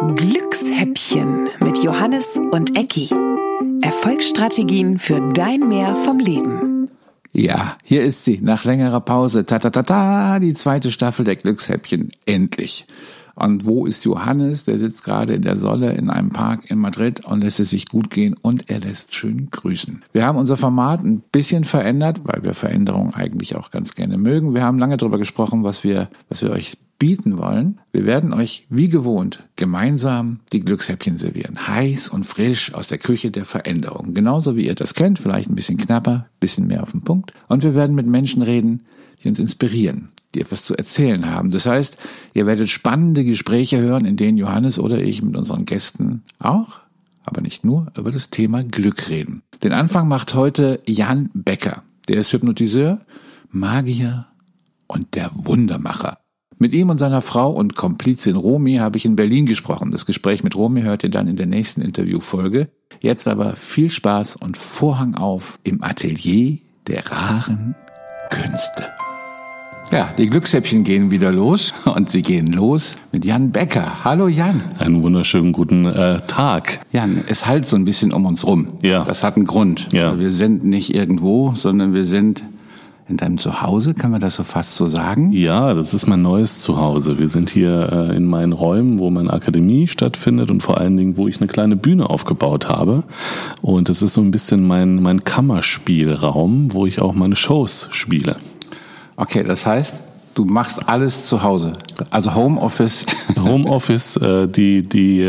Glückshäppchen mit Johannes und Ecki. Erfolgsstrategien für dein Mehr vom Leben. Ja, hier ist sie, nach längerer Pause. Die zweite Staffel der Glückshäppchen, endlich. Und wo ist Johannes? Der sitzt gerade in der Solle in einem Park in Madrid und lässt es sich gut gehen und er lässt schön grüßen. Wir haben unser Format ein bisschen verändert, weil wir Veränderungen eigentlich auch ganz gerne mögen. Wir haben lange darüber gesprochen, was wir euch bieten wollen. Wir werden euch wie gewohnt gemeinsam die Glückshäppchen servieren. Heiß und frisch aus der Küche der Veränderung. Genauso wie ihr das kennt, vielleicht ein bisschen knapper, ein bisschen mehr auf den Punkt. Und wir werden mit Menschen reden, die uns inspirieren, die etwas zu erzählen haben. Das heißt, ihr werdet spannende Gespräche hören, in denen Johannes oder ich mit unseren Gästen auch, aber nicht nur, über das Thema Glück reden. Den Anfang macht heute Jan Becker. Der ist Hypnotiseur, Magier und der Wundermacher. Mit ihm und seiner Frau und Komplizin Romy habe ich in Berlin gesprochen. Das Gespräch mit Romy hört ihr dann in der nächsten Interviewfolge. Jetzt aber viel Spaß und Vorhang auf im Atelier der raren Künste. Ja, die Glückshäppchen gehen wieder los und sie gehen los mit Jan Becker. Hallo Jan. Einen wunderschönen guten Tag. Jan, es halt so ein bisschen um uns rum. Ja. Das hat einen Grund. Ja. Wir sind nicht irgendwo, sondern wir sind in deinem Zuhause, kann man das so fast so sagen? Ja, das ist mein neues Zuhause. Wir sind hier in meinen Räumen, wo meine Akademie stattfindet und vor allen Dingen, wo ich eine kleine Bühne aufgebaut habe. Und das ist so ein bisschen mein Kammerspielraum, wo ich auch meine Shows spiele. Okay, das heißt, du machst alles zu Hause. Also Homeoffice. Homeoffice, die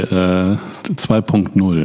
2.0.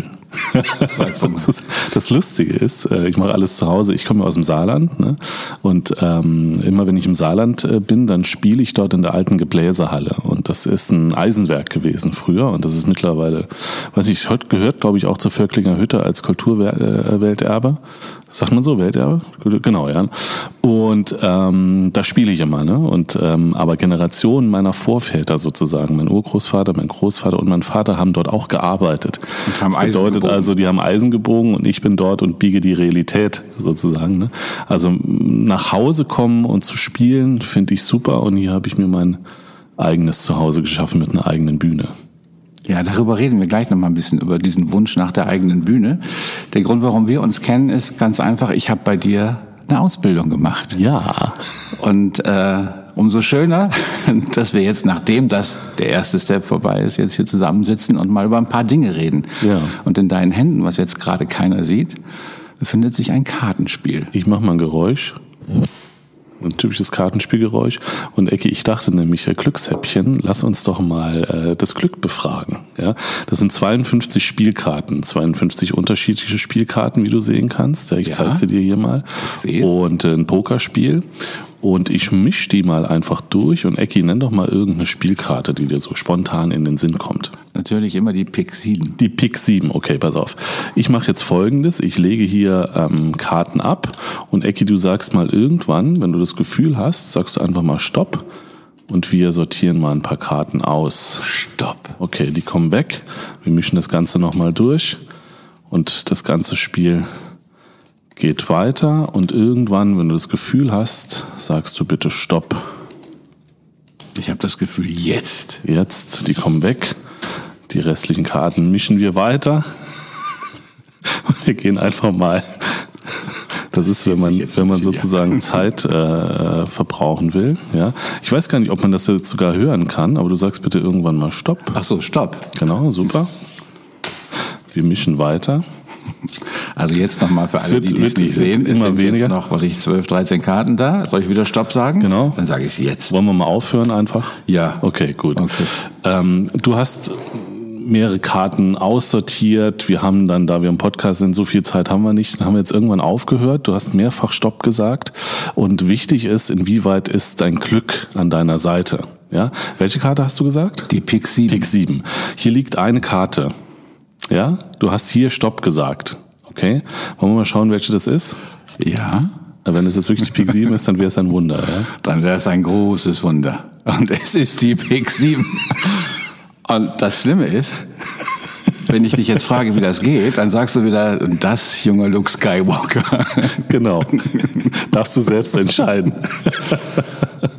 Das Lustige ist, ich mache alles zu Hause. Ich komme aus dem Saarland, ne? Und immer wenn ich im Saarland bin, dann spiele ich dort in der alten Gebläsehalle. Und das ist ein Eisenwerk gewesen früher. Und das ist mittlerweile, weiß ich, heute gehört, glaube ich, auch zur Völklinger Hütte als Kulturwelterbe. Sagt man so, Welterbe? Genau, ja. Und da spiele ich immer, ne? Und aber Generationen meiner Vorväter sozusagen, mein Urgroßvater, mein Großvater und mein Vater haben dort auch gearbeitet. Und haben das bedeutet also, die haben Eisen gebogen und ich bin dort und biege die Realität sozusagen, ne? Also nach Hause kommen und zu spielen, finde ich super. Und hier habe ich mir mein eigenes Zuhause geschaffen mit einer eigenen Bühne. Ja, darüber reden wir gleich noch mal ein bisschen, über diesen Wunsch nach der eigenen Bühne. Der Grund, warum wir uns kennen, ist ganz einfach, ich habe bei dir eine Ausbildung gemacht. Ja. Und umso schöner, dass wir jetzt, nachdem das der erste Step vorbei ist, jetzt hier zusammensitzen und mal über ein paar Dinge reden. Ja. Und in deinen Händen, was jetzt gerade keiner sieht, befindet sich ein Kartenspiel. Ich mache mal ein Geräusch. Ein typisches Kartenspielgeräusch. Und Ecki, ich dachte nämlich, Glückshäppchen, lass uns doch mal das Glück befragen. Ja, das sind 52 Spielkarten, 52 unterschiedliche Spielkarten, wie du sehen kannst. Ja, ich zeige sie dir hier mal. Und ein Pokerspiel. Und ich mische die mal einfach durch. Und Ecki, nenn doch mal irgendeine Spielkarte, die dir so spontan in den Sinn kommt. Natürlich immer die Pik 7. Die Pik 7, okay, pass auf. Ich mache jetzt Folgendes. Ich lege hier Karten ab. Und Ecki, du sagst mal irgendwann, wenn du das Gefühl hast, sagst du einfach mal Stopp. Und wir sortieren mal ein paar Karten aus. Stopp. Okay, die kommen weg. Wir mischen das Ganze nochmal durch. Und das ganze Spiel geht weiter. Und irgendwann, wenn du das Gefühl hast, sagst du bitte Stopp. Ich habe das Gefühl, jetzt. Jetzt, die kommen weg. Die restlichen Karten mischen wir weiter. Und wir gehen einfach mal. Das ist, wenn man sozusagen Zeit verbrauchen will. Ja. Ich weiß gar nicht, ob man das jetzt sogar hören kann, aber du sagst bitte irgendwann mal Stopp. Ach so, Stopp. Genau, super. Wir mischen weiter. Also jetzt nochmal für alle, die es nicht sehen, immer sind weniger. Jetzt noch, 12, 13 Karten da. Soll ich wieder Stopp sagen? Genau. Dann sage ich es jetzt. Wollen wir mal aufhören einfach? Ja. Okay, gut. Okay. Du hast mehrere Karten aussortiert. Wir haben dann, da wir im Podcast sind, so viel Zeit haben wir nicht, dann haben wir jetzt irgendwann aufgehört. Du hast mehrfach Stopp gesagt. Und wichtig ist, inwieweit ist dein Glück an deiner Seite? Ja? Welche Karte hast du gesagt? Die Pik 7. Pik 7. Hier liegt eine Karte. Ja? Du hast hier Stopp gesagt. Okay? Wollen wir mal schauen, welche das ist? Ja. Wenn es jetzt wirklich die Pik 7 ist, dann wäre es ein Wunder. Ja? Dann wäre es ein großes Wunder. Und es ist die Pik 7. Und das Schlimme ist, wenn ich dich jetzt frage, wie das geht, dann sagst du wieder, das junge Luke Skywalker. Genau. Darfst du selbst entscheiden.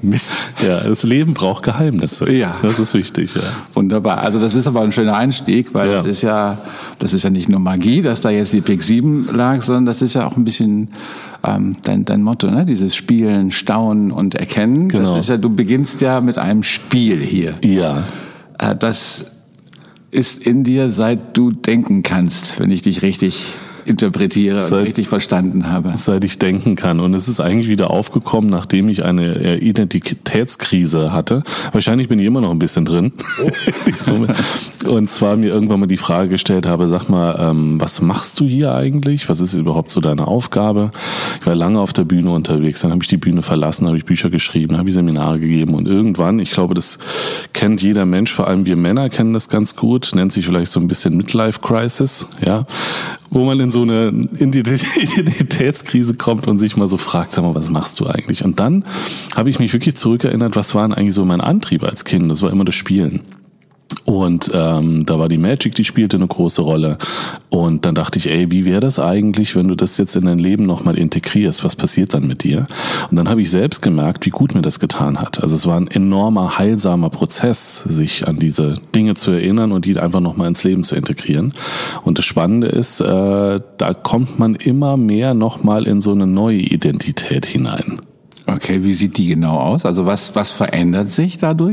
Mist. Ja, das Leben braucht Geheimnisse. Ja. Das ist wichtig, ja. Wunderbar. Also das ist aber ein schöner Einstieg, weil das ist ja nicht nur Magie, dass da jetzt die Pick 7 lag, sondern das ist ja auch ein bisschen dein Motto, ne? Dieses Spielen, Staunen und Erkennen. Genau. Das ist ja, du beginnst ja mit einem Spiel hier. Ja. Das ist in dir, seit du denken kannst, wenn ich dich richtig interpretiere und richtig verstanden habe. Seit ich denken kann. Und es ist eigentlich wieder aufgekommen, nachdem ich eine Identitätskrise hatte. Wahrscheinlich bin ich immer noch ein bisschen drin. Und zwar mir irgendwann mal die Frage gestellt habe, sag mal, was machst du hier eigentlich? Was ist überhaupt so deine Aufgabe? Ich war lange auf der Bühne unterwegs, dann habe ich die Bühne verlassen, habe ich Bücher geschrieben, habe ich Seminare gegeben und irgendwann, ich glaube, das kennt jeder Mensch, vor allem wir Männer kennen das ganz gut, nennt sich vielleicht so ein bisschen Midlife Crisis, ja, wo man in so eine Identitätskrise kommt und sich mal so fragt, sag mal, was machst du eigentlich? Und dann habe ich mich wirklich zurückerinnert, was war denn eigentlich so mein Antrieb als Kind? Das war immer das Spielen. Und da war die Magic, die spielte eine große Rolle. Und dann dachte ich, ey, wie wäre das eigentlich, wenn du das jetzt in dein Leben nochmal integrierst? Was passiert dann mit dir? Und dann habe ich selbst gemerkt, wie gut mir das getan hat. Also es war ein enormer, heilsamer Prozess, sich an diese Dinge zu erinnern und die einfach nochmal ins Leben zu integrieren. Und das Spannende ist, da kommt man immer mehr nochmal in so eine neue Identität hinein. Okay, wie sieht die genau aus? Also was verändert sich dadurch?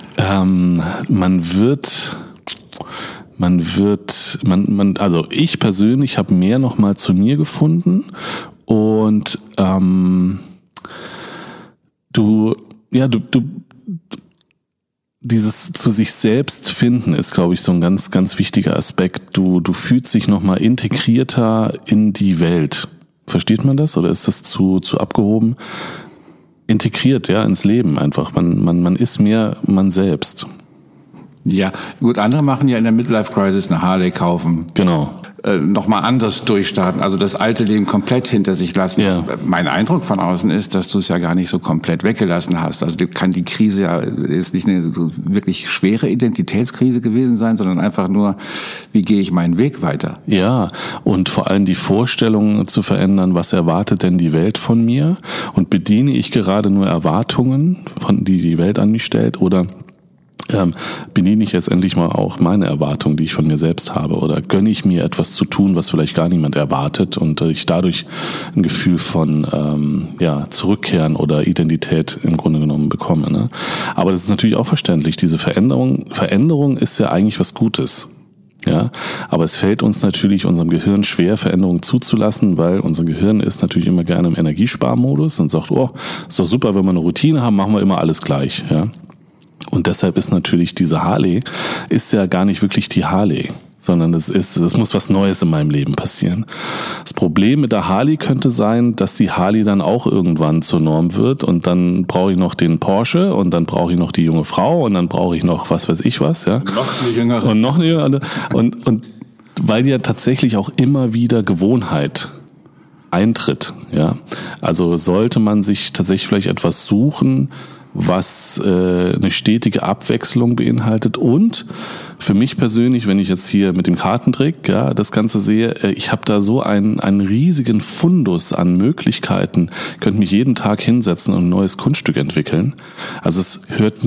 Also ich persönlich habe mehr nochmal zu mir gefunden und dieses zu sich selbst finden ist, glaube ich, so ein ganz, ganz wichtiger Aspekt. Du fühlst dich nochmal integrierter in die Welt. Versteht man das oder ist das zu abgehoben? Integriert, ja, ins Leben einfach. Man ist mehr man selbst. Ja, gut, andere machen ja in der Midlife Crisis eine Harley kaufen. Genau. Nochmal anders durchstarten, also das alte Leben komplett hinter sich lassen. Ja. Mein Eindruck von außen ist, dass du es ja gar nicht so komplett weggelassen hast. Also kann die Krise ja ist nicht eine so wirklich schwere Identitätskrise gewesen sein, sondern einfach nur, wie gehe ich meinen Weg weiter? Ja, und vor allem die Vorstellungen zu verändern, was erwartet denn die Welt von mir? Und bediene ich gerade nur Erwartungen, die die Welt an mich stellt, oder bediene ich jetzt endlich mal auch meine Erwartungen, die ich von mir selbst habe, oder gönne ich mir etwas zu tun, was vielleicht gar niemand erwartet und ich dadurch ein Gefühl von Zurückkehren oder Identität im Grunde genommen bekomme. Ne? Aber das ist natürlich auch verständlich. Diese Veränderung ist ja eigentlich was Gutes. Ja, aber es fällt uns natürlich, unserem Gehirn schwer, Veränderungen zuzulassen, weil unser Gehirn ist natürlich immer gerne im Energiesparmodus und sagt, oh, ist doch super, wenn wir eine Routine haben, machen wir immer alles gleich, ja. Und deshalb ist natürlich diese Harley, ist ja gar nicht wirklich die Harley, sondern es muss was Neues in meinem Leben passieren. Das Problem mit der Harley könnte sein, dass die Harley dann auch irgendwann zur Norm wird und dann brauche ich noch den Porsche und dann brauche ich noch die junge Frau und dann brauche ich noch was weiß ich was, ja. Noch eine jüngere. Und noch eine jüngere. Und weil ja tatsächlich auch immer wieder Gewohnheit eintritt, ja. Also sollte man sich tatsächlich vielleicht etwas suchen, was eine stetige Abwechslung beinhaltet und für mich persönlich, wenn ich jetzt hier mit dem Kartentrick das Ganze sehe, ich habe da so einen riesigen Fundus an Möglichkeiten, könnte mich jeden Tag hinsetzen und ein neues Kunststück entwickeln. Also es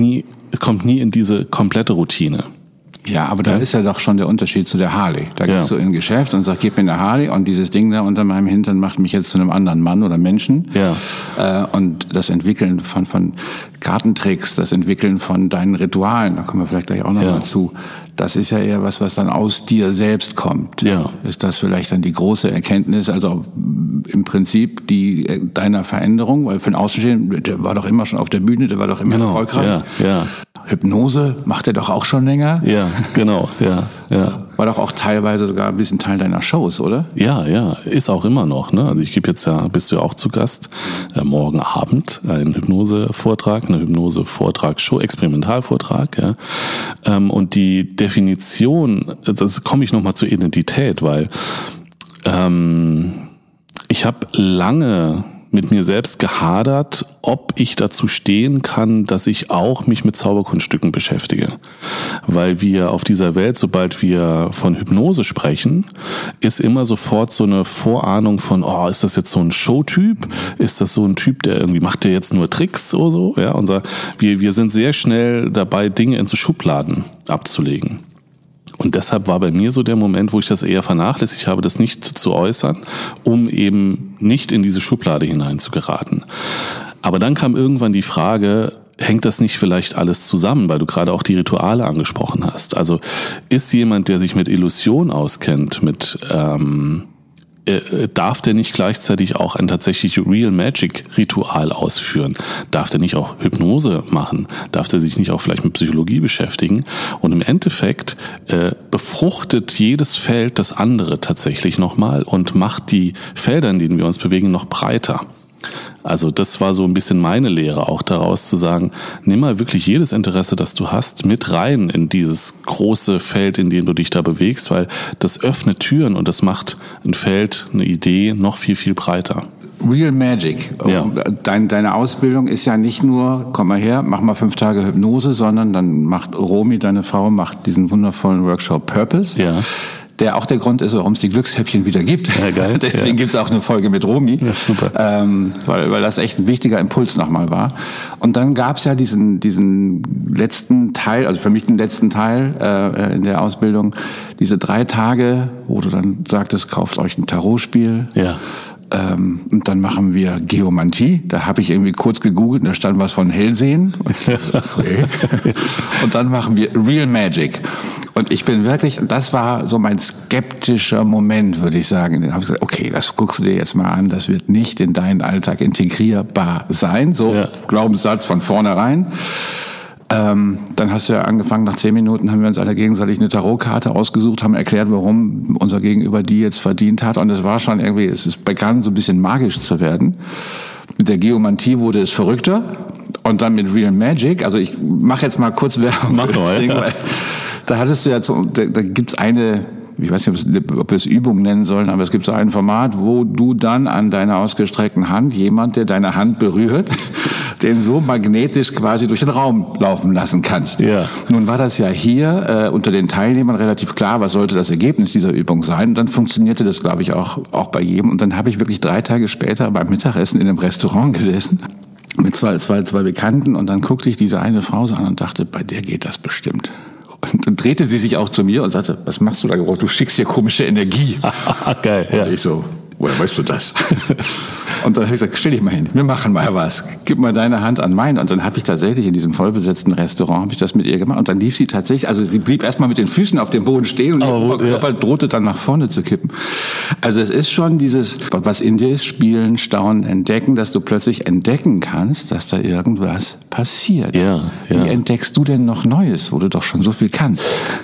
kommt nie in diese komplette Routine. Ja, aber da ist ja doch schon der Unterschied zu der Harley. Da gehst du in ein Geschäft und sagst, gib mir eine Harley und dieses Ding da unter meinem Hintern macht mich jetzt zu einem anderen Mann oder Menschen. Ja. Und das Entwickeln von Kartentricks, das Entwickeln von deinen Ritualen, da kommen wir vielleicht gleich auch noch mal zu, das ist ja eher was dann aus dir selbst kommt. Ja. Ist das vielleicht dann die große Erkenntnis, also im Prinzip deiner Veränderung, weil für den Außenstehenden, der war doch immer schon auf der Bühne, der war doch immer erfolgreich. Ja. Hypnose macht er doch auch schon länger. Ja, genau, ja. War doch auch teilweise sogar ein bisschen Teil deiner Shows, oder? Ja, ist auch immer noch. Ne? Also ich gebe jetzt bist du ja auch zu Gast, morgen Abend einen Hypnose-Vortrag, eine Hypnose-Vortragsshow, Experimentalvortrag. Ja? Und die Definition, das komme ich nochmal zur Identität, weil ich habe lange mit mir selbst gehadert, ob ich dazu stehen kann, dass ich auch mich mit Zauberkunststücken beschäftige. Weil wir auf dieser Welt, sobald wir von Hypnose sprechen, ist immer sofort so eine Vorahnung von, ist das jetzt so ein Showtyp? Ist das so ein Typ, der irgendwie macht der jetzt nur Tricks oder so? Ja, wir sind sehr schnell dabei, Dinge in so Schubladen abzulegen. Und deshalb war bei mir so der Moment, wo ich das eher vernachlässigt habe, das nicht zu äußern, um eben nicht in diese Schublade hinein zu geraten. Aber dann kam irgendwann die Frage, hängt das nicht vielleicht alles zusammen, weil du gerade auch die Rituale angesprochen hast? Also ist jemand, der sich mit Illusion auskennt, darf der nicht gleichzeitig auch ein tatsächlich Real Magic Ritual ausführen? Darf der nicht auch Hypnose machen? Darf der sich nicht auch vielleicht mit Psychologie beschäftigen? Und im Endeffekt befruchtet jedes Feld das andere tatsächlich nochmal und macht die Felder, in denen wir uns bewegen, noch breiter. Also das war so ein bisschen meine Lehre auch daraus zu sagen, nimm mal wirklich jedes Interesse, das du hast, mit rein in dieses große Feld, in dem du dich da bewegst, weil das öffnet Türen und das macht ein Feld, eine Idee noch viel, viel breiter. Real Magic. Ja. Deine Ausbildung ist ja nicht nur, komm mal her, mach mal 5 Tage Hypnose, sondern dann macht Romy, deine Frau, macht diesen wundervollen Workshop Purpose. Ja. Der auch der Grund ist, warum es die Glückshäppchen wieder gibt. Ja, geil. Deswegen gibt's auch eine Folge mit Romy. Ja, super. Weil das echt ein wichtiger Impuls nochmal war. Und dann gab's ja diesen letzten Teil, also für mich den letzten Teil in der Ausbildung, diese 3 Tage, wo du dann sagtest, kauft euch ein Tarotspiel. Ja. Und dann machen wir Geomantie. Da habe ich irgendwie kurz gegoogelt und da stand was von Hellsehen. Okay. Und dann machen wir Real Magic. Und ich bin wirklich, das war so mein skeptischer Moment, würde ich sagen. Da habe ich gesagt, okay, das guckst du dir jetzt mal an. Das wird nicht in deinen Alltag integrierbar sein. So Glaubenssatz von vornherein. Dann hast du ja angefangen, nach 10 Minuten haben wir uns alle gegenseitig eine Tarotkarte ausgesucht, haben erklärt, warum unser Gegenüber die jetzt verdient hat. Und es war schon irgendwie, es begann so ein bisschen magisch zu werden. Mit der Geomantie wurde es verrückter. Und dann mit Real Magic, also ich mache jetzt mal kurz Werbung für das Ding, weil da hattest du ja, da gibt's eine, ich weiß nicht, ob wir es Übung nennen sollen, aber es gibt so ein Format, wo du dann an deiner ausgestreckten Hand jemand, der deine Hand berührt, den so magnetisch quasi durch den Raum laufen lassen kannst. Ja. Nun war das ja hier unter den Teilnehmern relativ klar, was sollte das Ergebnis dieser Übung sein. Und dann funktionierte das, glaube ich, auch bei jedem. Und dann habe ich wirklich 3 Tage später beim Mittagessen in einem Restaurant gesessen mit zwei Bekannten und dann guckte ich diese eine Frau so an und dachte, bei der geht das bestimmt. Und dann drehte sie sich auch zu mir und sagte, was machst du da gerade? Du schickst hier komische Energie. Geil, ja. Und ich so, woher weißt du das? Und dann habe ich gesagt, stell dich mal hin, wir machen mal was. Gib mal deine Hand an meine. Und dann habe ich tatsächlich in diesem vollbesetzten Restaurant, habe ich das mit ihr gemacht. Und dann lief sie tatsächlich, also sie blieb erstmal mit den Füßen auf dem Boden stehen und ihr Körper drohte dann nach vorne zu kippen. Also es ist schon dieses, was in dir ist, spielen, staunen, entdecken, dass du plötzlich entdecken kannst, dass da irgendwas passiert. Ja. Wie entdeckst du denn noch Neues, wo du doch schon so viel kannst?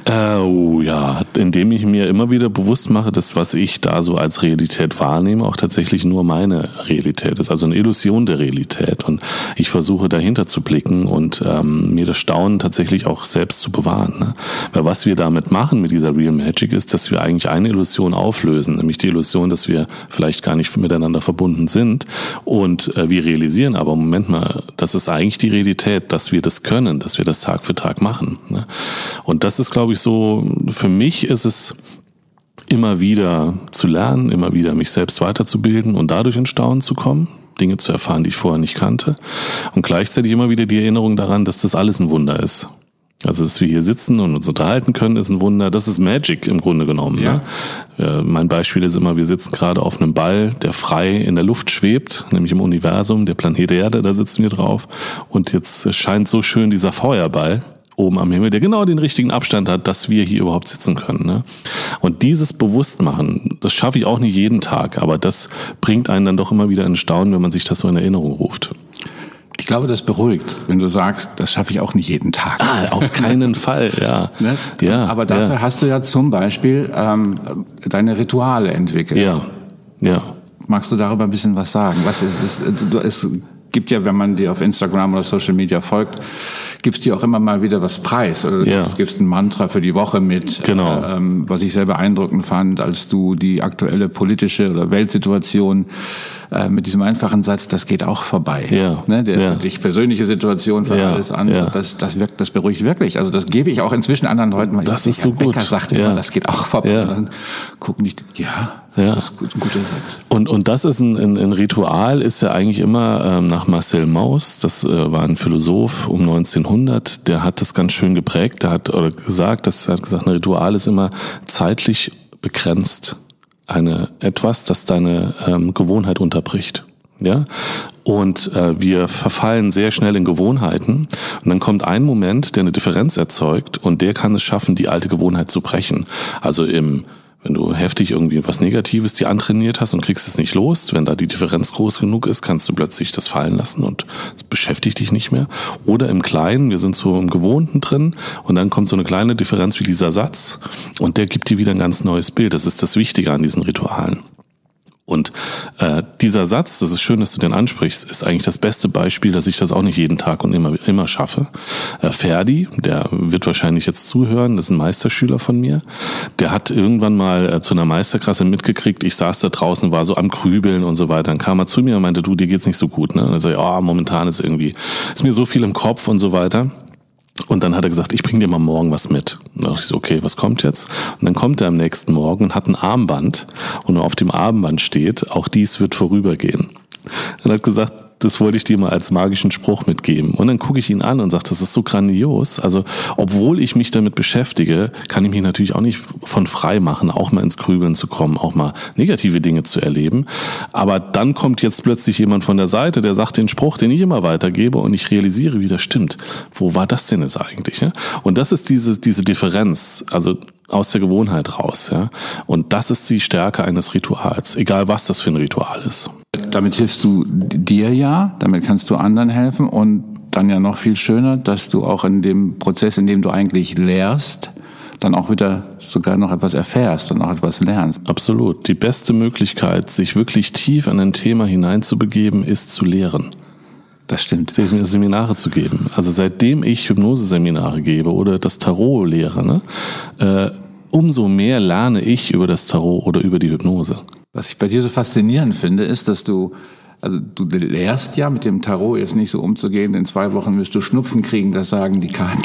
Indem ich mir immer wieder bewusst mache, dass was ich da so als Realität wahrnehme, auch tatsächlich nur meine Realität ist, also eine Illusion der Realität. Und ich versuche dahinter zu blicken und mir das Staunen tatsächlich auch selbst zu bewahren. Ne? Weil was wir damit machen mit dieser Real Magic ist, dass wir eigentlich eine Illusion auflösen, nämlich die Illusion, dass wir vielleicht gar nicht miteinander verbunden sind. Und wir realisieren aber, Moment mal, das ist eigentlich die Realität, dass wir das können, dass wir das Tag für Tag machen. Ne? Und das ist, glaube ich, so, für mich ist es immer wieder zu lernen, immer wieder mich selbst weiterzubilden und dadurch in Staunen zu kommen, Dinge zu erfahren, die ich vorher nicht kannte und gleichzeitig immer wieder die Erinnerung daran, dass das alles ein Wunder ist. Also, dass wir hier sitzen und uns unterhalten können, ist ein Wunder. Das ist Magic im Grunde genommen. Ja. Ne? Mein Beispiel ist immer, wir sitzen gerade auf einem Ball, der frei in der Luft schwebt, nämlich im Universum, der Planet Erde, da sitzen wir drauf. Und jetzt scheint so schön dieser Feuerball oben am Himmel, der genau den richtigen Abstand hat, dass wir hier überhaupt sitzen können. Ne? Und dieses Bewusstmachen, das schaffe ich auch nicht jeden Tag, aber das bringt einen dann doch immer wieder in Staunen, wenn man sich das so in Erinnerung ruft. Ich glaube, das beruhigt, wenn du sagst, das schaffe ich auch nicht jeden Tag. Auf keinen Fall, ja. Ne? Ja. Aber dafür hast du ja zum Beispiel deine Rituale entwickelt. Ja. Magst du darüber ein bisschen was sagen? Es gibt ja, wenn man dir auf Instagram oder Social Media folgt, gibst dir auch immer mal wieder was preis. Oder du gibst ein Mantra für die Woche mit, was ich sehr beeindruckend fand, als du die aktuelle politische oder Weltsituation mit diesem einfachen Satz, das geht auch vorbei. Der wirklich persönliche Situation für alles andere, das beruhigt wirklich. Also das gebe ich auch inzwischen anderen Leuten, weil das ist so gut. Becker sagt immer, das geht auch vorbei. Und dann gucken die, das ist ein guter Satz. Und das ist ein Ritual, ist ja eigentlich immer nach Marcel Mauss, das war ein Philosoph um 1900, der hat das ganz schön geprägt, der hat gesagt, ein Ritual ist immer zeitlich begrenzt. Etwas, das deine Gewohnheit unterbricht. Ja? Und wir verfallen sehr schnell in Gewohnheiten und dann kommt ein Moment, der eine Differenz erzeugt und der kann es schaffen, die alte Gewohnheit zu brechen. Also wenn du heftig irgendwie was Negatives dir antrainiert hast und kriegst es nicht los, wenn da die Differenz groß genug ist, kannst du plötzlich das fallen lassen und es beschäftigt dich nicht mehr. Oder im Kleinen, wir sind so im Gewohnten drin und dann kommt so eine kleine Differenz wie dieser Satz und der gibt dir wieder ein ganz neues Bild. Das ist das Wichtige an diesen Ritualen. Und dieser Satz, das ist schön, dass du den ansprichst, ist eigentlich das beste Beispiel, dass ich das auch nicht jeden Tag und immer schaffe. Ferdi, der wird wahrscheinlich jetzt zuhören, das ist ein Meisterschüler von mir, der hat irgendwann mal zu einer Meisterklasse mitgekriegt, ich saß da draußen, war so am Grübeln und so weiter, dann kam er zu mir und meinte, du, dir geht's nicht so gut, ne? Also momentan ist mir so viel im Kopf und so weiter. Und dann hat er gesagt, ich bring dir mal morgen was mit. Und dann dachte ich so, okay, was kommt jetzt? Und dann kommt er am nächsten Morgen und hat ein Armband. Und auf dem Armband steht, auch dies wird vorübergehen. Und er hat gesagt, das wollte ich dir mal als magischen Spruch mitgeben. Und dann gucke ich ihn an und sage, das ist so grandios. Also, obwohl ich mich damit beschäftige, kann ich mich natürlich auch nicht von frei machen, auch mal ins Grübeln zu kommen, auch mal negative Dinge zu erleben. Aber dann kommt jetzt plötzlich jemand von der Seite, der sagt den Spruch, den ich immer weitergebe und ich realisiere, wie das stimmt. Wo war das denn jetzt eigentlich? Ja? Und das ist diese Differenz, also aus der Gewohnheit raus. Ja? Und das ist die Stärke eines Rituals, egal was das für ein Ritual ist. Damit hilfst du dir damit kannst du anderen helfen und dann ja noch viel schöner, dass du auch in dem Prozess, in dem du eigentlich lehrst, dann auch wieder sogar noch etwas erfährst und auch etwas lernst. Absolut. Die beste Möglichkeit, sich wirklich tief in ein Thema hineinzubegeben, ist zu lehren. Das stimmt. Seminare zu geben. Also seitdem ich Hypnose-Seminare gebe oder das Tarot lehre, umso mehr lerne ich über das Tarot oder über die Hypnose. Was ich bei dir so faszinierend finde, ist, dass du lehrst ja mit dem Tarot jetzt nicht so umzugehen, in 2 Wochen wirst du Schnupfen kriegen, das sagen die Karten.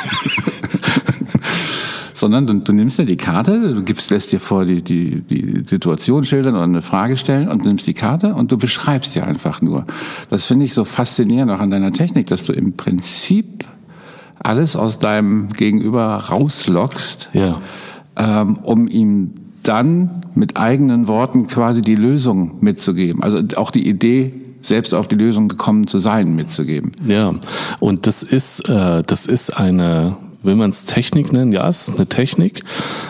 Sondern du nimmst ja die Karte, lässt dir vor die Situation schildern oder eine Frage stellen und nimmst die Karte und du beschreibst ja einfach nur. Das finde ich so faszinierend auch an deiner Technik, dass du im Prinzip alles aus deinem Gegenüber rauslockst, um ihm dann mit eigenen Worten quasi die Lösung mitzugeben. Also auch die Idee, selbst auf die Lösung gekommen zu sein, mitzugeben. Ja, und das ist eine, will man es Technik nennen? Ja, es ist eine Technik,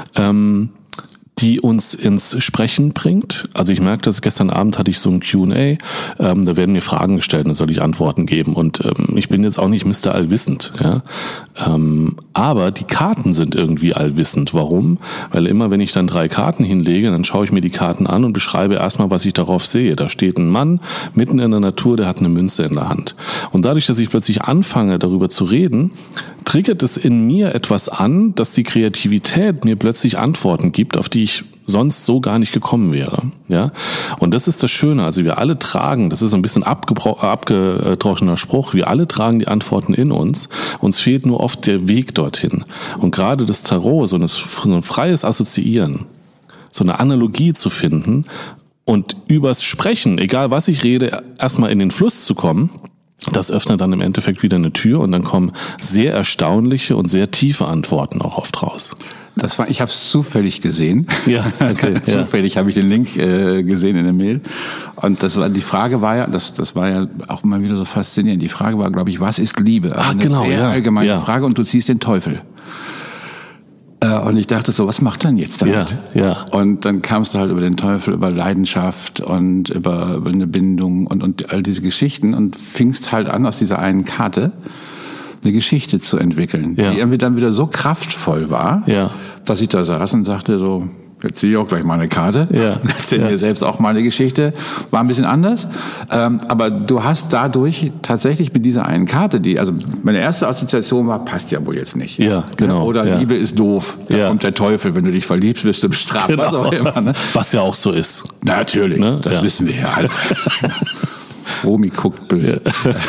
die uns ins Sprechen bringt. Also ich merke das, gestern Abend hatte ich so ein Q&A, da werden mir Fragen gestellt und da soll ich Antworten geben und ich bin jetzt auch nicht Mr. Allwissend, ja. Aber die Karten sind irgendwie allwissend. Warum? Weil immer, wenn ich dann 3 Karten hinlege, dann schaue ich mir die Karten an und beschreibe erstmal, was ich darauf sehe. Da steht ein Mann mitten in der Natur, der hat eine Münze in der Hand. Und dadurch, dass ich plötzlich anfange, darüber zu reden, triggert es in mir etwas an, dass die Kreativität mir plötzlich Antworten gibt, auf die ich sonst so gar nicht gekommen wäre. Ja? Und das ist das Schöne. Also wir alle tragen, das ist so ein bisschen abgedroschener Spruch, wir alle tragen die Antworten in uns. Uns fehlt nur oft der Weg dorthin. Und gerade das Tarot, so ein freies Assoziieren, so eine Analogie zu finden und übers Sprechen, egal was ich rede, erstmal in den Fluss zu kommen, das öffnet dann im Endeffekt wieder eine Tür und dann kommen sehr erstaunliche und sehr tiefe Antworten auch oft raus. Ich habe es zufällig gesehen. Ja, okay. Zufällig habe ich den Link gesehen in der Mail. Und die Frage war ja, das war ja auch immer wieder so faszinierend. Die Frage war, glaube ich, was ist Liebe? Also eine sehr allgemeine Frage und du ziehst den Teufel. Und ich dachte so, was macht er denn jetzt damit? Ja. Und dann kamst du halt über den Teufel, über Leidenschaft und über eine Bindung und all diese Geschichten und fingst halt an, aus dieser einen Karte eine Geschichte zu entwickeln, die irgendwie dann wieder so kraftvoll war, dass ich da saß und sagte so, Jetzt ziehe ich auch gleich mal eine Karte. Ja. Erzähl mir selbst auch mal eine Geschichte. War ein bisschen anders. Aber du hast dadurch tatsächlich mit dieser einen Karte, also meine erste Assoziation war, passt ja wohl jetzt nicht. Ja, genau. Oder ja. Liebe ist doof. Da kommt der Teufel, wenn du dich verliebst, wirst du bestraft. Genau. Was auch immer. Ne? Was ja auch so ist. Natürlich, Ne? das wissen wir ja alle. Romy guckt blöd.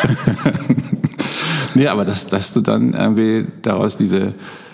Nee, aber dass du dann irgendwie daraus diese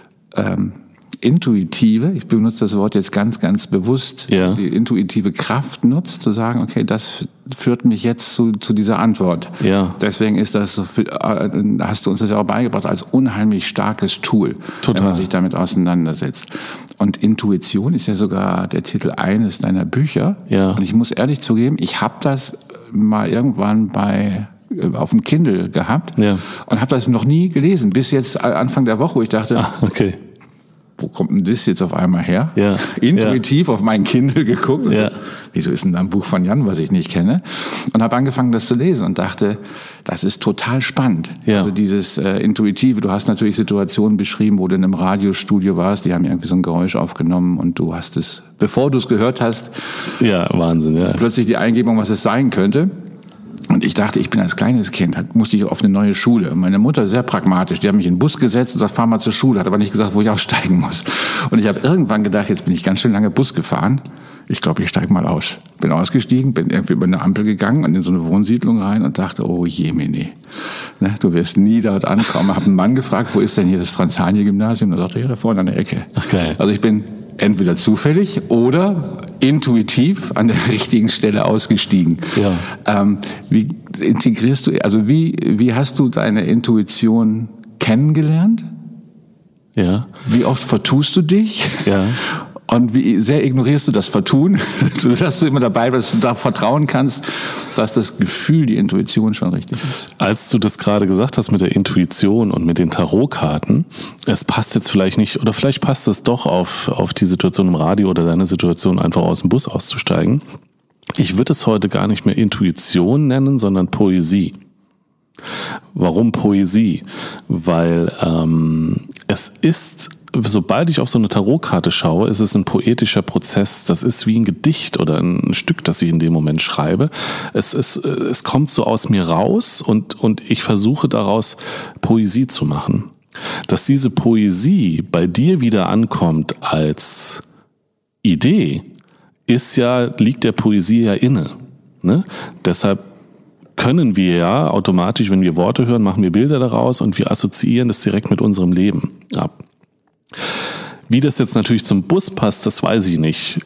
intuitive, ich benutze das Wort jetzt ganz, ganz bewusst, die intuitive Kraft nutzt, zu sagen, okay, das führt mich jetzt zu dieser Antwort. Ja. Deswegen ist das so, hast du uns das ja auch beigebracht, als unheimlich starkes Tool, Total. wenn man sich damit auseinandersetzt. Und Intuition ist ja sogar der Titel eines deiner Bücher. Ja. Und ich muss ehrlich zugeben, ich habe das mal irgendwann auf dem Kindle gehabt und habe das noch nie gelesen, bis jetzt Anfang der Woche, wo ich dachte, okay. Wo kommt denn das jetzt auf einmal her? Ja. Intuitiv auf mein Kindle geguckt. Ja. Wieso ist denn da ein Buch von Jan, was ich nicht kenne? Und habe angefangen, das zu lesen und dachte, das ist total spannend. Ja. Also dieses Intuitive. Du hast natürlich Situationen beschrieben, wo du in einem Radiostudio warst, die haben irgendwie so ein Geräusch aufgenommen und du hast es, bevor du es gehört hast, Wahnsinn, plötzlich die Eingebung, was es sein könnte. Und ich dachte, ich bin als kleines Kind, musste ich auf eine neue Schule. Und meine Mutter, sehr pragmatisch, die hat mich in den Bus gesetzt und sagt, fahr mal zur Schule, hat aber nicht gesagt, wo ich aussteigen muss. Und ich habe irgendwann gedacht, jetzt bin ich ganz schön lange Bus gefahren. Ich glaube, ich steige mal aus. Bin ausgestiegen, bin irgendwie über eine Ampel gegangen und in so eine Wohnsiedlung rein und dachte, oh Jemine, ne, du wirst nie dort ankommen. Habe einen Mann gefragt, wo ist denn hier das Franz-Haniel-Gymnasium? Da sagte er, ja, da vorne an der Ecke. Ach, geil. Also ich bin entweder zufällig oder intuitiv an der richtigen Stelle ausgestiegen. Ja. Wie integrierst du, also wie hast du deine Intuition kennengelernt? Ja. Wie oft vertust du dich? Ja. Und wie sehr ignorierst du das Vertun, dass du immer dabei bist, dass du da vertrauen kannst, dass das Gefühl, die Intuition schon richtig ist? Als du das gerade gesagt hast mit der Intuition und mit den Tarotkarten, es passt jetzt vielleicht nicht, oder vielleicht passt es doch auf die Situation im Radio oder deine Situation, einfach aus dem Bus auszusteigen. Ich würde es heute gar nicht mehr Intuition nennen, sondern Poesie. Warum Poesie? Weil es ist, sobald ich auf so eine Tarotkarte schaue, ist es ein poetischer Prozess. Das ist wie ein Gedicht oder ein Stück, das ich in dem Moment schreibe. Es kommt so aus mir raus und ich versuche daraus Poesie zu machen. Dass diese Poesie bei dir wieder ankommt als Idee, liegt der Poesie ja inne. Ne? Deshalb können wir ja automatisch, wenn wir Worte hören, machen wir Bilder daraus und wir assoziieren das direkt mit unserem Leben ab. Wie das jetzt natürlich zum Bus passt, das weiß ich nicht.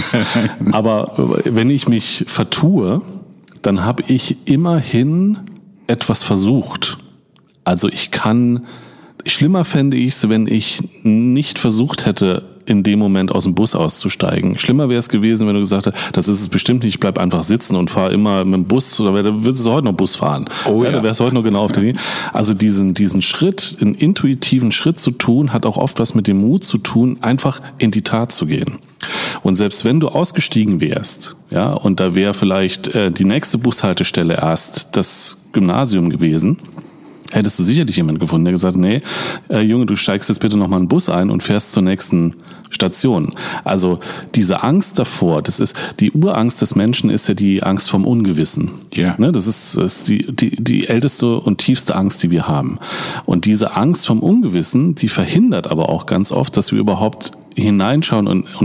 Aber wenn ich mich vertue, dann habe ich immerhin etwas versucht. Also schlimmer fände ich es, wenn ich nicht versucht hätte, in dem Moment aus dem Bus auszusteigen. Schlimmer wäre es gewesen, wenn du gesagt hättest, das ist es bestimmt nicht, ich bleib einfach sitzen und fahre immer mit dem Bus, oder da würdest du heute noch Bus fahren. Oh ja. Da wärst du heute noch genau auf der Linie. Also diesen Schritt, einen intuitiven Schritt zu tun, hat auch oft was mit dem Mut zu tun, einfach in die Tat zu gehen. Und selbst wenn du ausgestiegen wärst, ja, und da wäre vielleicht die nächste Bushaltestelle erst das Gymnasium gewesen, hättest du sicherlich jemanden gefunden, der gesagt hat, nee, Junge, du steigst jetzt bitte nochmal in den Bus ein und fährst zur nächsten Station. Also diese Angst davor, das ist die Urangst des Menschen, ist ja die Angst vom Ungewissen. Ja. Ne, das ist die älteste und tiefste Angst, die wir haben. Und diese Angst vom Ungewissen, die verhindert aber auch ganz oft, dass wir überhaupt hineinschauen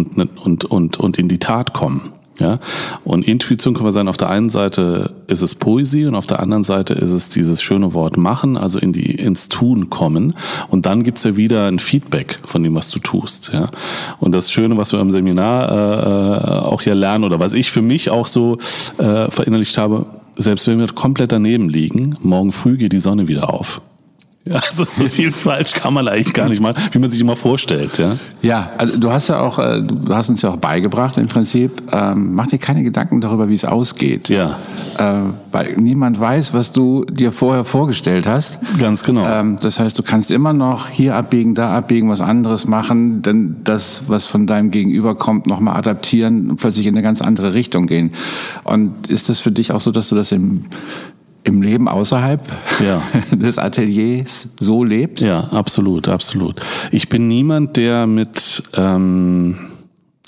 und in die Tat kommen. Ja, und Intuition kann man sagen, auf der einen Seite ist es Poesie und auf der anderen Seite ist es dieses schöne Wort machen, also ins Tun kommen. Und dann gibt's ja wieder ein Feedback von dem, was du tust. Ja, und das Schöne, was wir im Seminar auch hier lernen oder was ich für mich auch so verinnerlicht habe, selbst wenn wir komplett daneben liegen, morgen früh geht die Sonne wieder auf. Ja, also so viel falsch kann man eigentlich gar nicht machen, wie man sich immer vorstellt. Ja, also du hast uns ja auch beigebracht im Prinzip, mach dir keine Gedanken darüber, wie es ausgeht. Ja. Weil niemand weiß, was du dir vorher vorgestellt hast. Ganz genau. Das heißt, du kannst immer noch hier abbiegen, da abbiegen, was anderes machen, denn das, was von deinem Gegenüber kommt, nochmal adaptieren und plötzlich in eine ganz andere Richtung gehen. Und ist das für dich auch so, dass du das im Leben außerhalb des Ateliers so lebst? Ja, absolut, absolut. Ich bin niemand, der mit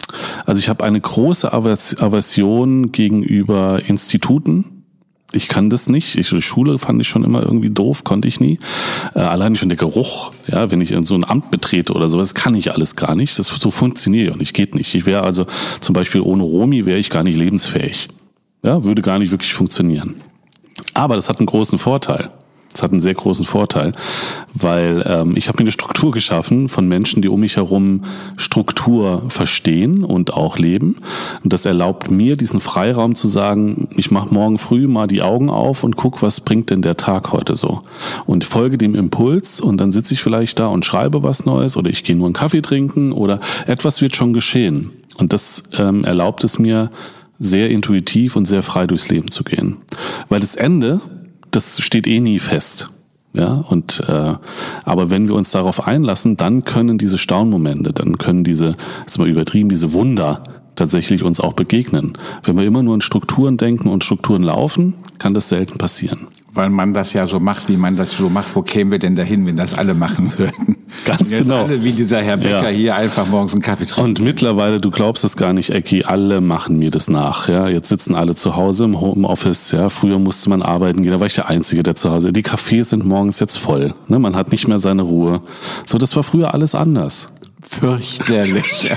Also ich habe eine große Aversion gegenüber Instituten. Ich kann das nicht. Die Schule fand ich schon immer irgendwie doof, konnte ich nie. Allein schon der Geruch, ja, wenn ich in so ein Amt betrete oder sowas, kann ich alles gar nicht. Das so funktioniert und ich geht nicht. Ich wäre also zum Beispiel ohne Romy wäre ich gar nicht lebensfähig. Ja, würde gar nicht wirklich funktionieren. Aber das hat einen großen Vorteil. Das hat einen sehr großen Vorteil, weil ich habe mir eine Struktur geschaffen von Menschen, die um mich herum Struktur verstehen und auch leben. Und das erlaubt mir, diesen Freiraum zu sagen, ich mache morgen früh mal die Augen auf und guck, was bringt denn der Tag heute so. Und folge dem Impuls und dann sitze ich vielleicht da und schreibe was Neues oder ich gehe nur einen Kaffee trinken oder etwas wird schon geschehen. Und das erlaubt es mir, sehr intuitiv und sehr frei durchs Leben zu gehen. Weil das Ende, das steht eh nie fest. Ja, und aber wenn wir uns darauf einlassen, dann können diese Staunmomente, dann können diese, jetzt mal übertrieben, diese Wunder tatsächlich uns auch begegnen. Wenn wir immer nur in Strukturen denken und Strukturen laufen, kann das selten passieren. Weil man das ja so macht, wie man das so macht. Wo kämen wir denn dahin, wenn das alle machen würden? Ganz genau. Alle wie dieser Herr Becker hier einfach morgens einen Kaffee trinken. Und mittlerweile, du glaubst es gar nicht, Ecki, alle machen mir das nach. Ja, jetzt sitzen alle zu Hause im Homeoffice. Ja, früher musste man arbeiten gehen, da war ich der Einzige, der zu Hause. Die Cafés sind morgens jetzt voll. Ne, man hat nicht mehr seine Ruhe. So, das war früher alles anders. Fürchterlich.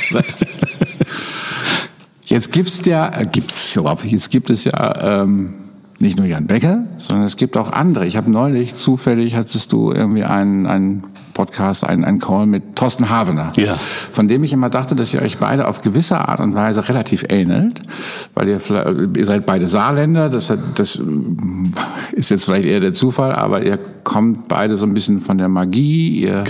Jetzt gibt es ja nicht nur Jan Becker, sondern es gibt auch andere. Ich habe neulich, zufällig hattest du irgendwie einen Podcast, einen Call mit Thorsten Havener, von dem ich immer dachte, dass ihr euch beide auf gewisse Art und Weise relativ ähnelt, weil ihr seid beide Saarländer, das ist jetzt vielleicht eher der Zufall, aber ihr kommt beide so ein bisschen von der Magie, ihr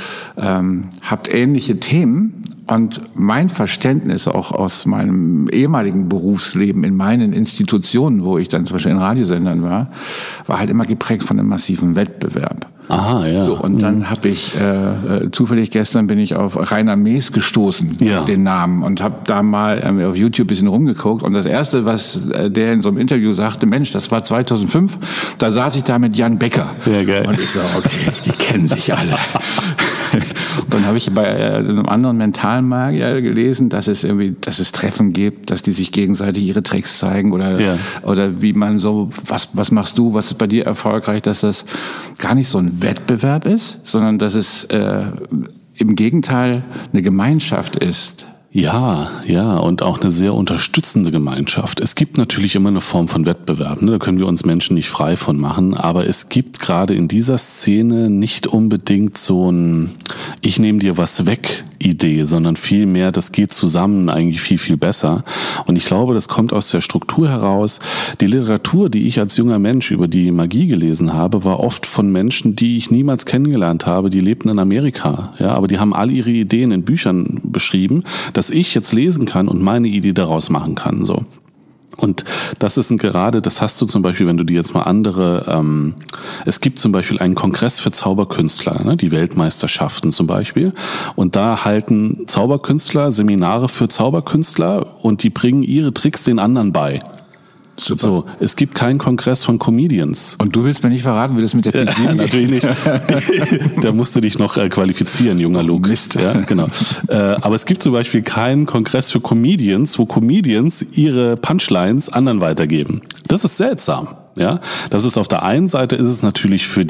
habt ähnliche Themen. Und mein Verständnis auch aus meinem ehemaligen Berufsleben in meinen Institutionen, wo ich dann zum Beispiel in Radiosendern war halt immer geprägt von einem massiven Wettbewerb. Aha, ja. So, und dann habe ich zufällig gestern bin ich auf Rainer Mees gestoßen, den Namen, und habe da mal auf YouTube ein bisschen rumgeguckt. Und das Erste, was der in so einem Interview sagte, Mensch, das war 2005, da saß ich da mit Jan Becker. Ja, geil. Und ich so, okay, die kennen sich alle. Dann habe ich bei einem anderen Mentalmagier gelesen, dass es Treffen gibt, dass die sich gegenseitig ihre Tricks zeigen oder wie man so, was machst du, was ist bei dir erfolgreich, dass das gar nicht so ein Wettbewerb ist, sondern dass es im Gegenteil eine Gemeinschaft ist. Ja, und auch eine sehr unterstützende Gemeinschaft. Es gibt natürlich immer eine Form von Wettbewerb, ne? Da können wir uns Menschen nicht frei von machen, aber es gibt gerade in dieser Szene nicht unbedingt so ein ich nehme dir was weg Idee, sondern vielmehr, das geht zusammen eigentlich viel, viel besser. Und ich glaube, das kommt aus der Struktur heraus. Die Literatur, die ich als junger Mensch über die Magie gelesen habe, war oft von Menschen, die ich niemals kennengelernt habe, die lebten in Amerika, ja, aber die haben alle ihre Ideen in Büchern beschrieben, dass ich jetzt lesen kann und meine Idee daraus machen kann, so. Und das ist das hast du zum Beispiel, wenn du dir jetzt mal andere, es gibt zum Beispiel einen Kongress für Zauberkünstler, ne, die Weltmeisterschaften zum Beispiel. Und da halten Zauberkünstler Seminare für Zauberkünstler und die bringen ihre Tricks den anderen bei. Super. So, es gibt keinen Kongress von Comedians. Und du willst mir nicht verraten, wie das mit der PG geht? Natürlich nicht. Da musst du dich noch qualifizieren, junger Luke. Mist. Ja, genau. Aber es gibt zum Beispiel keinen Kongress für Comedians, wo Comedians ihre Punchlines anderen weitergeben. Das ist seltsam. Ja, das ist auf der einen Seite ist es natürlich für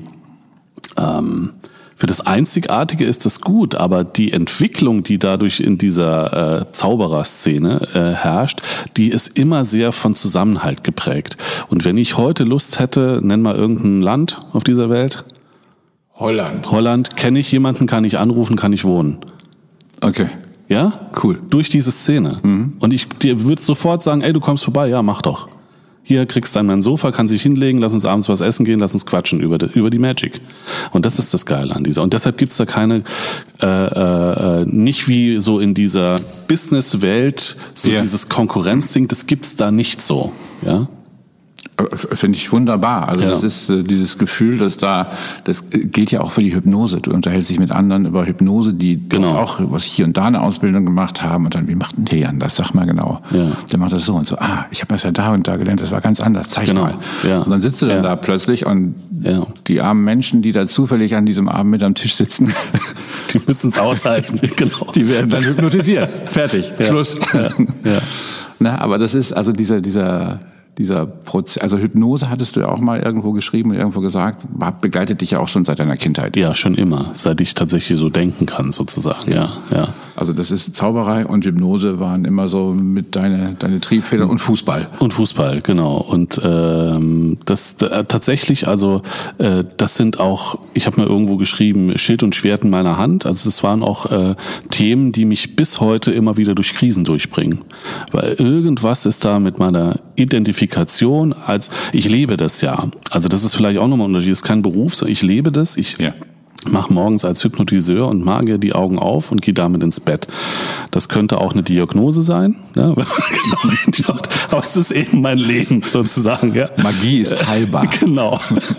das Einzigartige ist das gut, aber die Entwicklung, die dadurch in dieser Zaubererszene herrscht, die ist immer sehr von Zusammenhalt geprägt. Und wenn ich heute Lust hätte, nenn mal irgendein Land auf dieser Welt. Holland. Kenne ich jemanden, kann ich anrufen, kann ich wohnen. Okay. Ja? Cool. Durch diese Szene. Mhm. Und ich dir würde sofort sagen, ey, du kommst vorbei, ja, mach doch. Hier kriegst du dann ein Sofa, kannst dich hinlegen, lass uns abends was essen gehen, lass uns quatschen über die Magic. Und das ist das Geile an dieser. Und deshalb gibt's da keine, nicht wie so in dieser Business-Welt, so dieses Konkurrenzding, das gibt's da nicht so. Ja. Finde ich wunderbar. Also das ist dieses Gefühl, das gilt ja auch für die Hypnose. Du unterhältst dich mit anderen über Hypnose, die auch, was hier und da eine Ausbildung gemacht haben. Und dann, wie macht denn der Jan das? Sag mal genau. Ja. Der macht das so und so. Ich habe das ja da und da gelernt, das war ganz anders. Zeig mal. Ja. Und dann sitzt du dann da plötzlich und die armen Menschen, die da zufällig an diesem Abend mit am Tisch sitzen, die müssen es aushalten. Genau. Die werden dann hypnotisiert. Fertig. Schluss. Ja. Na, aber das ist also dieser Prozess, also Hypnose hattest du ja auch mal irgendwo geschrieben und irgendwo gesagt, begleitet dich ja auch schon seit deiner Kindheit. Ja, schon immer, seit ich tatsächlich so denken kann, sozusagen. Ja. Also das ist Zauberei und Hypnose waren immer so mit deine Triebfeder und Fußball. Und Fußball, genau. Und das tatsächlich, also das sind auch, ich habe mal irgendwo geschrieben, Schild und Schwert in meiner Hand. Also das waren auch Themen, die mich bis heute immer wieder durch Krisen durchbringen. Weil irgendwas ist da mit meiner Identifikation, ich lebe das ja. Also das ist vielleicht auch nochmal ein Unterschied. Das ist kein Beruf, sondern ich lebe das. Ich mache morgens als Hypnotiseur und Magier die Augen auf und gehe damit ins Bett. Das könnte auch eine Diagnose sein, ja, wenn man genau hinschaut. Aber es ist eben mein Leben sozusagen. Ja. Magie ist heilbar. Genau.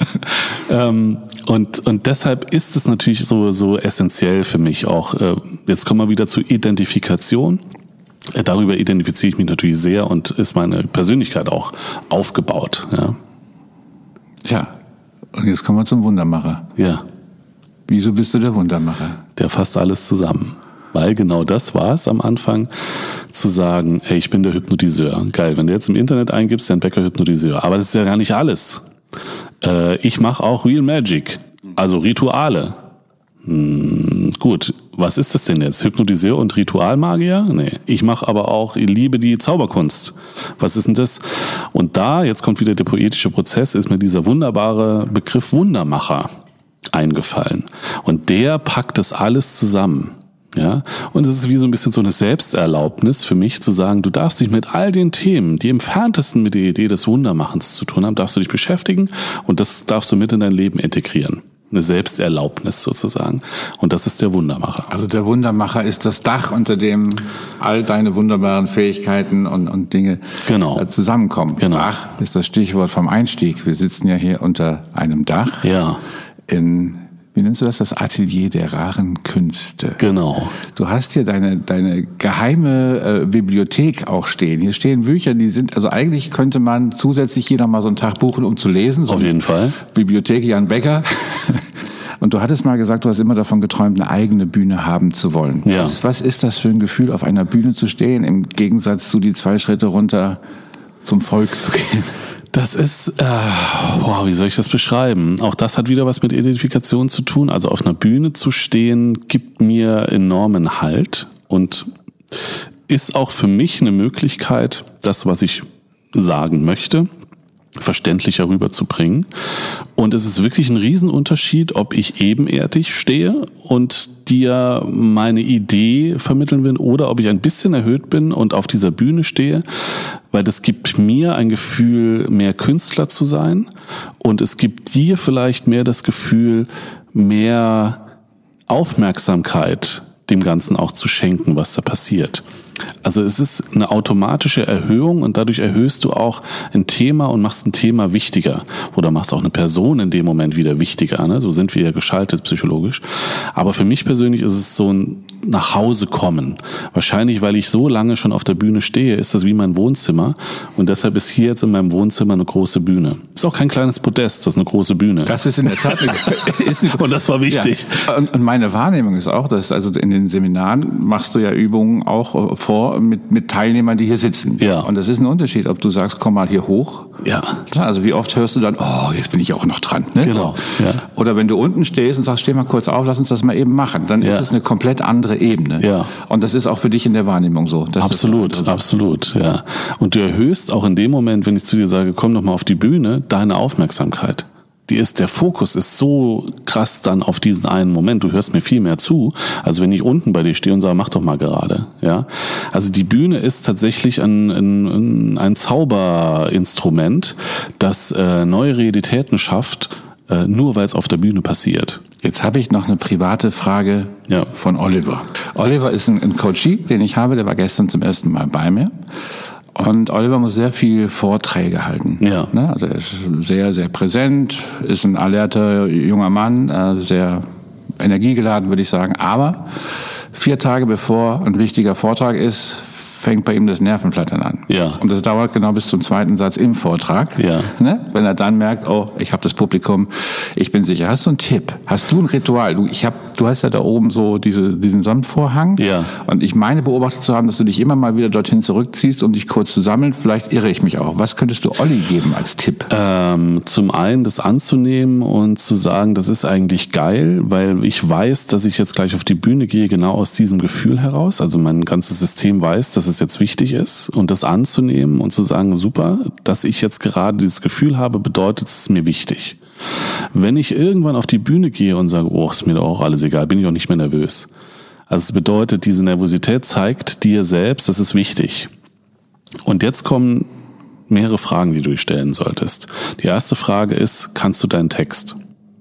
Und deshalb ist es natürlich so essentiell für mich auch. Jetzt kommen wir wieder zur Identifikation. Darüber identifiziere ich mich natürlich sehr und ist meine Persönlichkeit auch aufgebaut. Ja, und jetzt kommen wir zum Wundermacher. Ja. Wieso bist du der Wundermacher? Der fasst alles zusammen. Weil genau das war es am Anfang, zu sagen, hey, ich bin der Hypnotiseur. Geil, wenn du jetzt im Internet eingibst, Jan Becker Hypnotiseur. Aber das ist ja gar nicht alles. Ich mache auch Real Magic, also Rituale. Gut, was ist das denn jetzt? Hypnotiseur und Ritualmagier? Nee, ich liebe die Zauberkunst. Was ist denn das? Und jetzt kommt wieder der poetische Prozess, ist mir dieser wunderbare Begriff Wundermacher eingefallen. Und der packt das alles zusammen. Ja, und es ist wie so ein bisschen so eine Selbsterlaubnis für mich zu sagen, du darfst dich mit all den Themen, die im Entferntesten mit der Idee des Wundermachens zu tun haben, darfst du dich beschäftigen und das darfst du mit in dein Leben integrieren. Eine Selbsterlaubnis sozusagen. Und das ist der Wundermacher. Also der Wundermacher ist das Dach, unter dem all deine wunderbaren Fähigkeiten und Dinge zusammenkommen. Genau. Dach ist das Stichwort vom Einstieg. Wir sitzen ja hier unter einem Dach. Ja. Wie nennst du das? Das Atelier der raren Künste. Genau. Du hast hier deine geheime Bibliothek auch stehen. Hier stehen Bücher, die sind, also eigentlich könnte man zusätzlich hier nochmal so ein Tag buchen, um zu lesen. So auf jeden Fall. Bibliothek Jan Becker. Und du hattest mal gesagt, du hast immer davon geträumt, eine eigene Bühne haben zu wollen. Ja. Was ist das für ein Gefühl, auf einer Bühne zu stehen, im Gegensatz zu die 2 Schritte runter zum Volk zu gehen? Das ist, wie soll ich das beschreiben? Auch das hat wieder was mit Identifikation zu tun. Also auf einer Bühne zu stehen, gibt mir enormen Halt und ist auch für mich eine Möglichkeit, das, was ich sagen möchte, verständlicher rüberzubringen. Und es ist wirklich ein Riesenunterschied, ob ich ebenerdig stehe und dir meine Idee vermitteln will oder ob ich ein bisschen erhöht bin und auf dieser Bühne stehe, weil das gibt mir ein Gefühl, mehr Künstler zu sein und es gibt dir vielleicht mehr das Gefühl, mehr Aufmerksamkeit dem Ganzen auch zu schenken, was da passiert. Also es ist eine automatische Erhöhung und dadurch erhöhst du auch ein Thema und machst ein Thema wichtiger oder machst auch eine Person in dem Moment wieder wichtiger. Ne? So sind wir ja geschaltet psychologisch. Aber für mich persönlich ist es so ein Nachhausekommen. Wahrscheinlich, weil ich so lange schon auf der Bühne stehe, ist das wie mein Wohnzimmer und deshalb ist hier jetzt in meinem Wohnzimmer eine große Bühne. Ist auch kein kleines Podest, das ist eine große Bühne. Das ist in der Tat und das war wichtig. Ja. Und meine Wahrnehmung ist auch, dass also in den Seminaren machst du ja Übungen auch vor mit Teilnehmern, die hier sitzen. Ja. Und das ist ein Unterschied, ob du sagst, komm mal hier hoch. Ja. Klar, also wie oft hörst du dann, jetzt bin ich auch noch dran. Ne? Genau. Ja. Oder wenn du unten stehst und sagst, steh mal kurz auf, lass uns das mal eben machen. Dann ist es eine komplett andere Ebene. Ja. Und das ist auch für dich in der Wahrnehmung so. Absolut, ja. Und du erhöhst auch in dem Moment, wenn ich zu dir sage, komm doch mal auf die Bühne, deine Aufmerksamkeit. Der Fokus ist so krass dann auf diesen einen Moment. Du hörst mir viel mehr zu, als wenn ich unten bei dir stehe und sage, mach doch mal gerade. Ja, also die Bühne ist tatsächlich ein Zauberinstrument, das neue Realitäten schafft, nur weil es auf der Bühne passiert. Jetzt habe ich noch eine private Frage von Oliver. Oliver ist ein Coachie, den ich habe, der war gestern zum ersten Mal bei mir. Und Oliver muss sehr viel Vorträge halten. Ja. Also er ist sehr, sehr präsent, ist ein alerter junger Mann, sehr energiegeladen, würde ich sagen. Aber 4 Tage bevor ein wichtiger Vortrag ist, fängt bei ihm das Nervenflattern an. Ja. Und das dauert genau bis zum 2. Satz im Vortrag. Ja. Wenn er dann merkt, oh, ich habe das Publikum, ich bin sicher. Hast du einen Tipp? Hast du ein Ritual? Du hast ja da oben so diesen Sonnenvorhang. Ja. Und ich meine beobachtet zu haben, dass du dich immer mal wieder dorthin zurückziehst, um dich kurz zu sammeln. Vielleicht irre ich mich auch. Was könntest du Olli geben als Tipp? Zum einen das anzunehmen und zu sagen, das ist eigentlich geil, weil ich weiß, dass ich jetzt gleich auf die Bühne gehe, genau aus diesem Gefühl heraus. Also mein ganzes System weiß, dass es jetzt wichtig ist, und das anzunehmen und zu sagen, super, dass ich jetzt gerade dieses Gefühl habe, bedeutet, es ist mir wichtig. Wenn ich irgendwann auf die Bühne gehe und sage, oh, ist mir doch auch alles egal, bin ich auch nicht mehr nervös. Also es bedeutet, diese Nervosität zeigt dir selbst, das ist wichtig. Und jetzt kommen mehrere Fragen, die du stellen solltest. Die erste Frage ist, kannst du deinen Text?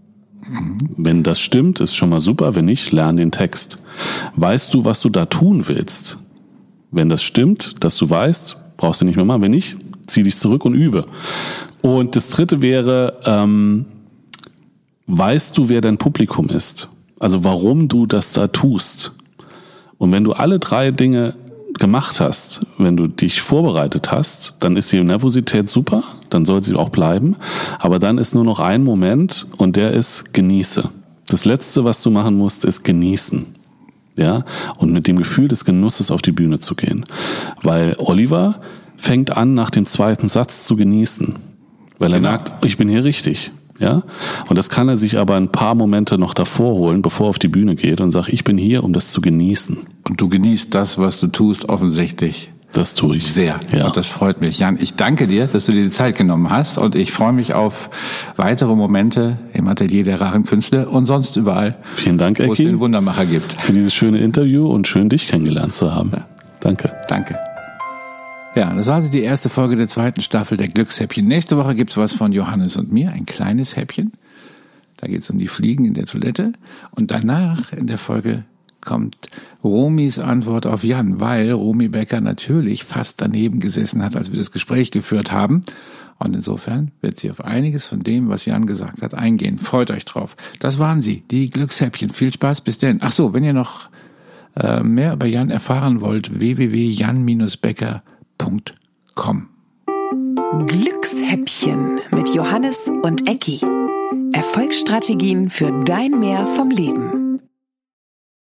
Wenn das stimmt, ist schon mal super. Wenn nicht, lern den Text. Weißt du, was du da tun willst? Wenn das stimmt, dass du weißt, brauchst du nicht mehr machen. Wenn nicht, zieh dich zurück und übe. Und das dritte wäre, weißt du, wer dein Publikum ist? Also warum du das da tust? Und wenn du alle 3 Dinge gemacht hast, wenn du dich vorbereitet hast, dann ist die Nervosität super, dann soll sie auch bleiben. Aber dann ist nur noch ein Moment, und der ist genieße. Das Letzte, was du machen musst, ist genießen. Ja, und mit dem Gefühl des Genusses auf die Bühne zu gehen. Weil Oliver fängt an, nach dem 2. Satz zu genießen. Weil er merkt, ich bin hier richtig. Ja, und das kann er sich aber ein paar Momente noch davor holen, bevor er auf die Bühne geht und sagt, ich bin hier, um das zu genießen. Und du genießt das, was du tust, offensichtlich. Das tue ich. Sehr. Ja. Und das freut mich. Jan, ich danke dir, dass du dir die Zeit genommen hast, und ich freue mich auf weitere Momente im Atelier der raren Künste und sonst überall. Vielen Dank, Ecki, wo es den Wundermacher gibt. Für dieses schöne Interview und schön, dich kennengelernt zu haben. Ja. Danke. Danke. Ja, das war also die erste Folge der 2. Staffel der Glückshäppchen. Nächste Woche gibt's was von Johannes und mir, ein kleines Häppchen. Da geht's um die Fliegen in der Toilette. Und danach in der Folge kommt Romis Antwort auf Jan, weil Romy Becker natürlich fast daneben gesessen hat, als wir das Gespräch geführt haben. Und insofern wird sie auf einiges von dem, was Jan gesagt hat, eingehen. Freut euch drauf. Das waren sie, die Glückshäppchen. Viel Spaß, bis denn. Ach so, wenn ihr noch mehr über Jan erfahren wollt, www.jan-becker.com. Glückshäppchen mit Johannes und Ecki. Erfolgsstrategien für dein Mehr vom Leben.